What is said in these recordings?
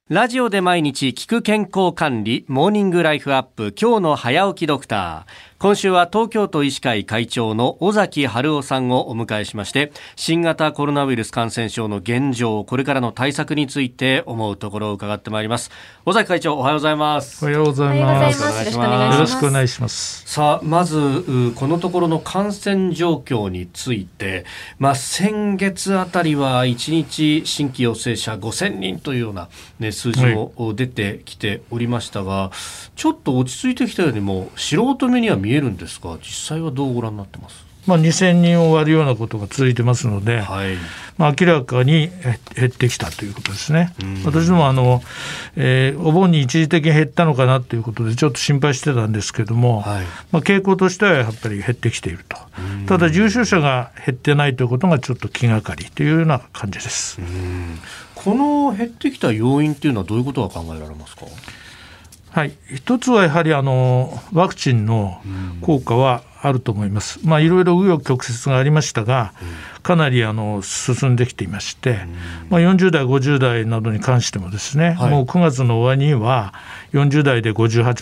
ラジオで毎日聞く健康管理モーニングライフアップ、今日の早起きドクター。今週は東京都医師会会長の尾崎治夫さんをお迎えしまして、新型コロナウイルス感染症の現状、これからの対策について思うところを伺ってまいります。尾崎会長、おはようございます。 おはようございます。 よろしくお願いします。さあ、まずこのところの感染状況について、先月あたりは1日新規陽性者5000人というような、数字も出てきておりましたが、ちょっと落ち着いてきたようにも素人目には見えるんですが、実際はどうご覧になってます？ 2000人を割るようなことが続いてますので、明らかに減ってきたということですね。私どもお盆に一時的に減ったのかなということでちょっと心配してたんですけども、傾向としてはやっぱり減ってきていると。ただ重症者が減ってないということがちょっと気がかりというような感じです。 この減ってきた要因というのはどういうことが考えられますか？ 一つはやはりワクチンの効果はあると思います。いろいろ紆余曲折がありましたが、かなり進んできていまして、40代50代などに関してもですね、もう9月の終わりには40代で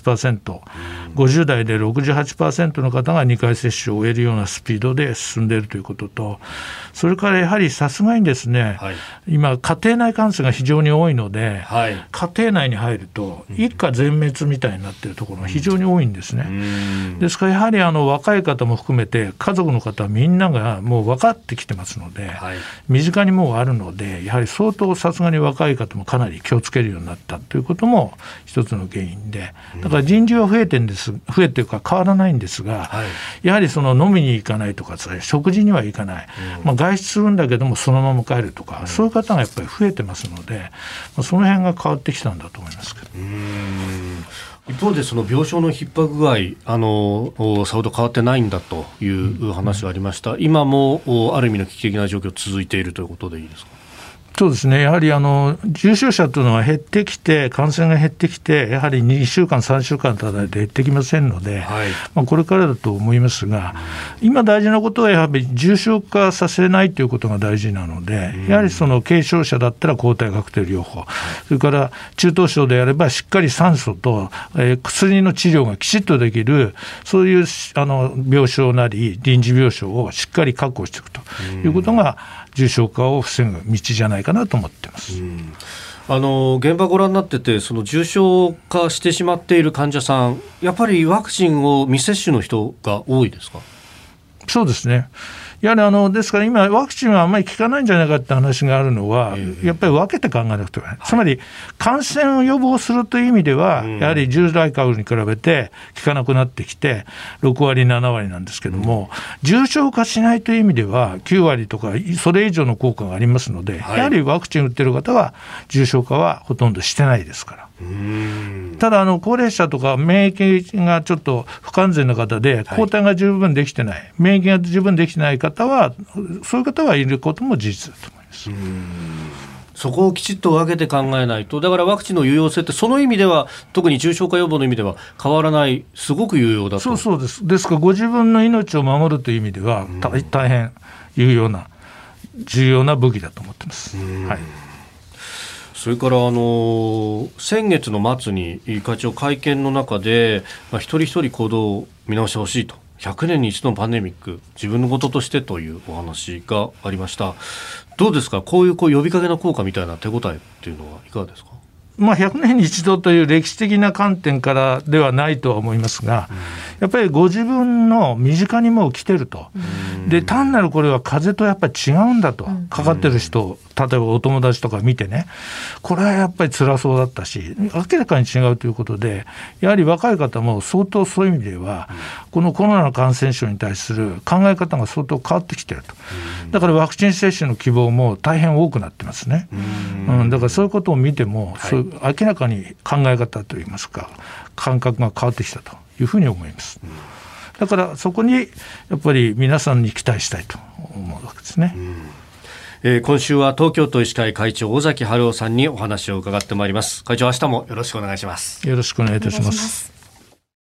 58%、50代で 68% の方が2回接種を終えるようなスピードで進んでいるということと、それからやはりさすがにですね、今家庭内感染が非常に多いので、家庭内に入ると一家全滅みたいになっているところが非常に多いんですね。ですからやはり若い方も含めて家族の方みんながもう分かってきてますので、身近にもうあるので、やはり相当さすがに若い方もかなり気をつけるようになったということも一つの原因で、だから人流は増えてというか変わらないんですが、やはり飲みに行かないとか食事には行かない、外出するんだけどもそのまま帰るとか、そういう方がやっぱり増えてますので、その辺が変わってきたんだと思いますけど。 一方でその病床の逼迫具合、さほど変わってないんだという話がありました。今もある意味の危機的な状況続いているということでいいですか？ そうですね、やはり重症者というのは減ってきて、感染が減ってきて、やはり2週間3週間ただで減ってきませんので、これからだと思いますが、今大事なことはやはり重症化させないということが大事なので、やはり軽症者だったら抗体カクテル療法、それから中等症であればしっかり酸素と薬の治療がきちっとできる、そういう病床なり臨時病床をしっかり確保していくということが重症化を防ぐ道じゃないかなと思っています。 現場ご覧になってて、その重症化してしまっている患者さん、やっぱりワクチンを未接種の人が多いですか？ そうですね、やはりですから今ワクチンはあんまり効かないんじゃないかって話があるのは、やっぱり分けて考えなくてはない、つまり感染を予防するという意味では、やはり従来株に比べて効かなくなってきて6割7割なんですけども、重症化しないという意味では9割とかそれ以上の効果がありますので、やはりワクチン打ってる方は重症化はほとんどしてないですから。ただ高齢者とか免疫がちょっと不完全な方で抗体が十分できてない、免疫が十分できてない方は、そういう方はいることも事実だと思います。 そこをきちっと分けて考えないと。だからワクチンの有用性ってその意味では、特に重症化予防の意味では変わらない、すごく有用だと。 そうです。ですからご自分の命を守るという意味では大変有用な重要な武器だと思ってます。 それから先月の末に会長会見の中で、一人一人行動を見直してほしいと、100年に一度のパンデミック、自分のこととしてというお話がありました。どうですか、こういう呼びかけの効果みたいな手応えっていうのはいかがですか ？100年に一度という歴史的な観点からではないとは思いますが、やっぱりご自分の身近にもう来てると。で、単なるこれは風邪とやっぱり違うんだと、かかってる人、例えばお友達とか見てね、これはやっぱり辛そうだったし、明らかに違うということで、やはり若い方も相当そういう意味ではこのコロナの感染症に対する考え方が相当変わってきていると。だからワクチン接種の希望も大変多くなってますね。だからそういうことを見ても、そういう明らかに考え方といいますか感覚が変わってきたというふうに思います。だからそこにやっぱり皆さんに期待したいと思うわけですね。 今週は東京都医師会会長尾崎治夫さんにお話を伺ってまいります。会長、明日もよろしくお願いします。 よろしくお願いいたします。